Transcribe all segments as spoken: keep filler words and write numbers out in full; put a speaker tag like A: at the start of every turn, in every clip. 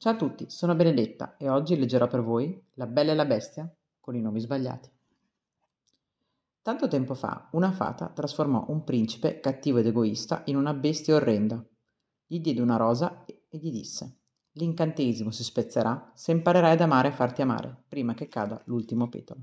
A: Ciao a tutti, sono Benedetta e oggi leggerò per voi La Bella e la Bestia con i nomi sbagliati. Tanto tempo fa una fata trasformò un principe cattivo ed egoista in una bestia orrenda. Gli diede una rosa e gli disse: l'incantesimo si spezzerà se imparerai ad amare e farti amare prima che cada l'ultimo petalo.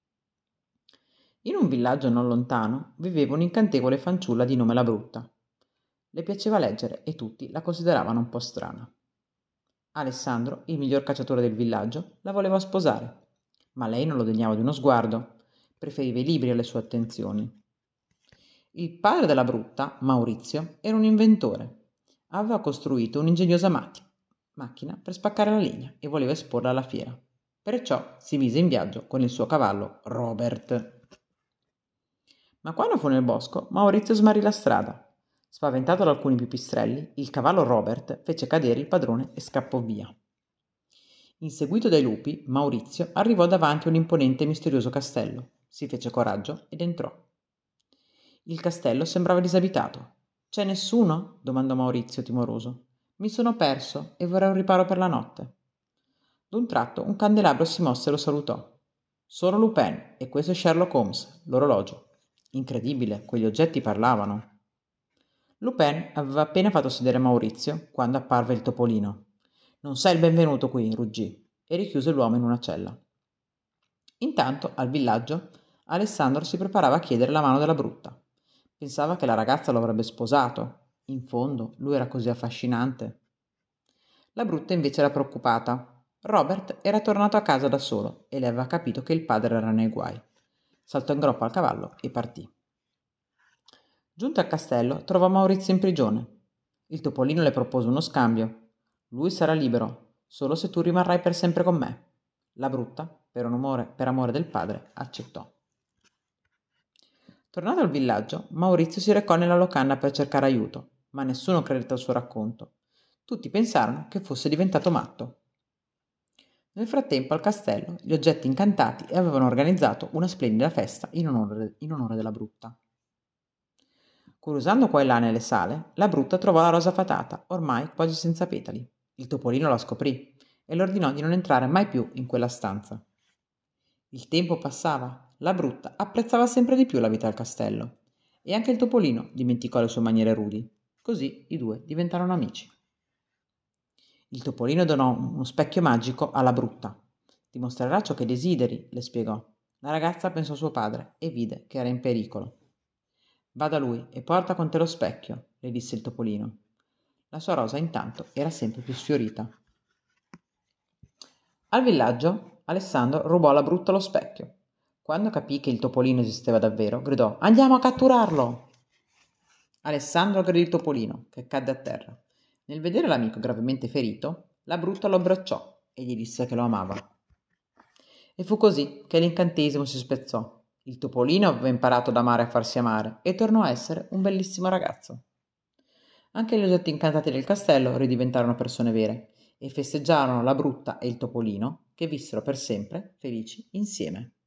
A: In un villaggio non lontano viveva un'incantevole fanciulla di nome La Brutta. Le piaceva leggere e tutti la consideravano un po' strana. Alessandro, il miglior cacciatore del villaggio, la voleva sposare, ma lei non lo degnava di uno sguardo, preferiva i libri alle sue attenzioni. Il padre della Brutta, Maurizio, era un inventore. Aveva costruito un'ingegnosa matti- macchina per spaccare la legna e voleva esporla alla fiera. Perciò si mise in viaggio con il suo cavallo Robert. Ma quando fu nel bosco, Maurizio smarrì la strada. Spaventato da alcuni pipistrelli, il cavallo Robert fece cadere il padrone e scappò via. Inseguito dai lupi, Maurizio arrivò davanti a un imponente e misterioso castello. Si fece coraggio ed entrò. Il castello sembrava disabitato. C'è nessuno? Domandò Maurizio timoroso. Mi sono perso e vorrei un riparo per la notte. D'un tratto un candelabro si mosse e lo salutò. Sono Lupin e questo è Sherlock Holmes, l'orologio. Incredibile, quegli oggetti parlavano. Lupin aveva appena fatto sedere Maurizio quando apparve il topolino. Non sei il benvenuto qui, ruggì, e richiuse l'uomo in una cella. Intanto, al villaggio, Alessandro si preparava a chiedere la mano della Brutta. Pensava che la ragazza lo avrebbe sposato. In fondo, lui era così affascinante. La Brutta invece era preoccupata. Robert era tornato a casa da solo e le aveva capito che il padre era nei guai. Saltò in groppa al cavallo e partì. Giunto al castello, trovò Maurizio in prigione. Il topolino le propose uno scambio. Lui sarà libero, solo se tu rimarrai per sempre con me. La Brutta, per, amore, per amore del padre, accettò. Tornato al villaggio, Maurizio si recò nella locanda per cercare aiuto, ma nessuno credette al suo racconto. Tutti pensarono che fosse diventato matto. Nel frattempo al castello gli oggetti incantati avevano organizzato una splendida festa in onore, in onore della Brutta. Curiosando qua e là nelle sale, la Brutta trovò la rosa fatata, ormai quasi senza petali. Il topolino la scoprì e le ordinò di non entrare mai più in quella stanza. Il tempo passava, la Brutta apprezzava sempre di più la vita al castello e anche il topolino dimenticò le sue maniere rudi. Così i due diventarono amici. Il topolino donò uno specchio magico alla Brutta. Ti mostrerà ciò che desideri, le spiegò. La ragazza pensò a suo padre e vide che era in pericolo. Va da lui e porta con te lo specchio, le disse il topolino. La sua rosa intanto era sempre più sfiorita. Al villaggio Alessandro rubò alla Brutta lo specchio. Quando capì che il topolino esisteva davvero, gridò: andiamo a catturarlo! Alessandro aggredì il topolino, che cadde a terra. Nel vedere l'amico gravemente ferito, la Brutta lo abbracciò e gli disse che lo amava. E fu così che l'incantesimo si spezzò. Il topolino aveva imparato ad amare e a farsi amare e tornò a essere un bellissimo ragazzo. Anche gli oggetti incantati del castello ridiventarono persone vere e festeggiarono la Brutta e il topolino che vissero per sempre felici insieme.